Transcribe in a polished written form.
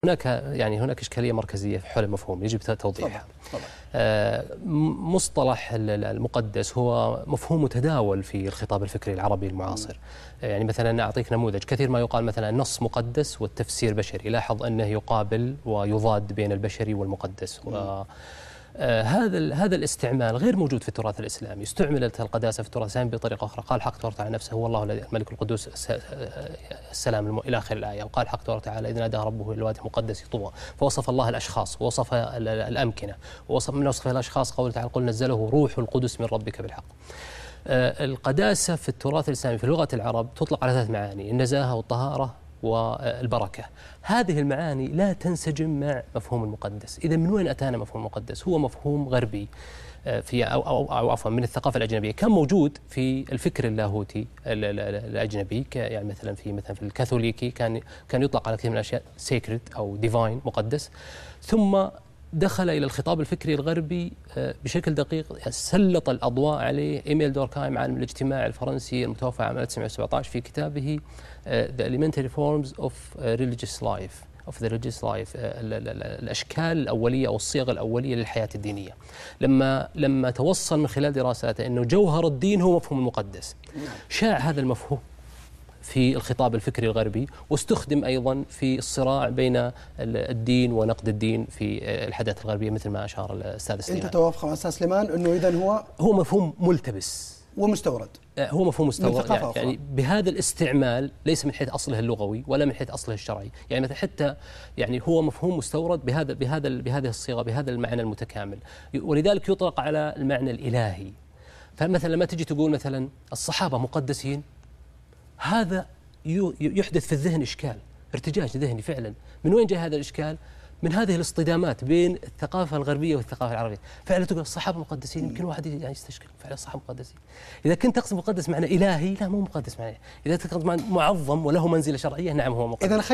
هناك إشكالية مركزية حول المفهوم يجب توضيحها. مصطلح المقدس هو مفهوم متداول في الخطاب الفكري العربي المعاصر. يعني مثلا أعطيك نموذج، كثير ما يقال مثلا النص مقدس والتفسير بشري، لاحظ أنه يقابل ويضاد بين البشري والمقدس. هذا الاستعمال غير موجود في التراث الإسلامي. استعملت القداسة في التراث الإسلامي بطريقة أخرى. قال حق تبارك وتعالى نفسه هو الله الملك القدوس السلام إلى آخر الآية. وقال حق تبارك وتعالى إذ نادى ربه إلى الوادي المقدس طوى، فوصف الله الأشخاص ووصف الأمكنة، ووصف من وصف الأشخاص قوله تعالى قل نزله روح القدس من ربك بالحق. القداسة في التراث الإسلامي في لغة العرب تطلق على 3 معاني: النزاهة والطهارة والبركة. هذه المعاني لا تنسجم مع مفهوم المقدس. إذا من وين أتانا مفهوم المقدس؟ هو مفهوم غربي في أو عفوا من الثقافة الأجنبية، كان موجود في الفكر اللاهوتي الأجنبي. يعني مثلا في الكاثوليكي كان يطلق على كثير من الأشياء سيكريد أو ديفاين مقدس، ثم دخل إلى الخطاب الفكري الغربي بشكل دقيق، سلط الأضواء عليه إيميل دوركهايم عالم الاجتماع الفرنسي المتوفى عام 1917 في كتابه The Elementary Forms of Religious Life الأشكال الأولية أو الصيغ الأولية للحياة الدينية. لما توصل من خلال دراساته أنه جوهر الدين هو مفهوم المقدس، شاع هذا المفهوم في الخطاب الفكري الغربي، واستخدم أيضا في الصراع بين الدين ونقد الدين في الحداثة الغربية مثل ما أشار الأستاذ سليمان. أنت توافق مع الأستاذ سليمان أنه إذن هو مفهوم ملتبس ومستورد؟ هو مفهوم مستورد يعني بهذا الاستعمال، ليس من حيث أصله اللغوي ولا من حيث أصله الشرعي. يعني مثلا حتى يعني هو مفهوم مستورد بهذه الصيغة، بهذا المعنى المتكامل، ولذلك يطلق على المعنى الإلهي. فمثلا لما تجي تقول مثلا الصحابة مقدسين، هذا يحدث في الذهن إشكال، ارتجاج ذهني فعلا. من وين جاء هذا الإشكال؟ من هذه الاصطدامات بين الثقافة الغربية والثقافة العربية. فعلا تقول الصحابة مقدسين، يمكن واحد يعني يستشكل فعلا الصحابة مقدسين. إذا كنت تقصد مقدس معنى إلهي، لا مو مقدس معنى. إذا تقصد معظم وله منزلة شرعية، نعم هو مقدس.